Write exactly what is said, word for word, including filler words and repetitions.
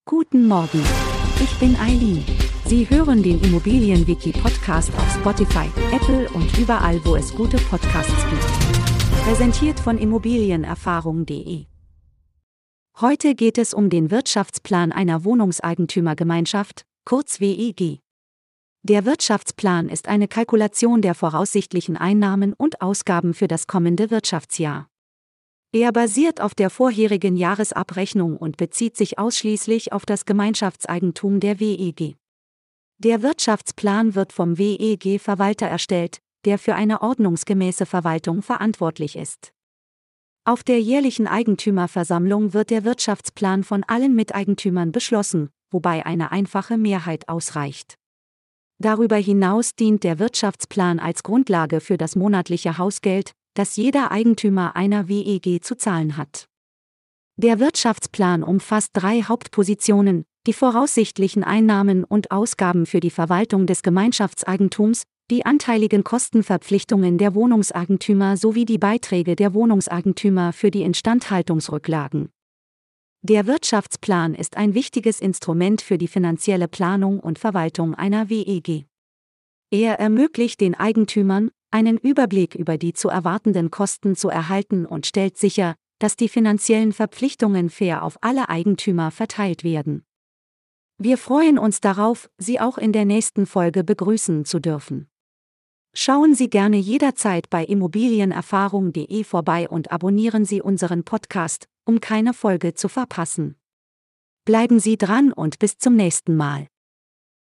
Guten Morgen, ich bin Eileen. Sie hören den Immobilienwiki-Podcast auf Spotify, Apple und überall, wo es gute Podcasts gibt. Präsentiert von immobilienerfahrung punkt de. Heute geht es um den Wirtschaftsplan einer Wohnungseigentümergemeinschaft, kurz W E G. Der Wirtschaftsplan ist eine Kalkulation der voraussichtlichen Einnahmen und Ausgaben für das kommende Wirtschaftsjahr. Er basiert auf der vorherigen Jahresabrechnung und bezieht sich ausschließlich auf das Gemeinschaftseigentum der W E G. Der Wirtschaftsplan wird vom W E G-Verwalter erstellt, der für eine ordnungsgemäße Verwaltung verantwortlich ist. Auf der jährlichen Eigentümerversammlung wird der Wirtschaftsplan von allen Miteigentümern beschlossen, wobei eine einfache Mehrheit ausreicht. Darüber hinaus dient der Wirtschaftsplan als Grundlage für das monatliche Hausgeld, das jeder Eigentümer einer W E G zu zahlen hat. Der Wirtschaftsplan umfasst drei Hauptpositionen: die voraussichtlichen Einnahmen und Ausgaben für die Verwaltung des Gemeinschaftseigentums, die anteiligen Kostenverpflichtungen der Wohnungseigentümer sowie die Beiträge der Wohnungseigentümer für die Instandhaltungsrücklagen. Der Wirtschaftsplan ist ein wichtiges Instrument für die finanzielle Planung und Verwaltung einer W E G. Er ermöglicht den Eigentümern, einen Überblick über die zu erwartenden Kosten zu erhalten und stellt sicher, dass die finanziellen Verpflichtungen fair auf alle Eigentümer verteilt werden. Wir freuen uns darauf, Sie auch in der nächsten Folge begrüßen zu dürfen. Schauen Sie gerne jederzeit bei immobilienerfahrung punkt de vorbei und abonnieren Sie unseren Podcast, um keine Folge zu verpassen. Bleiben Sie dran und bis zum nächsten Mal.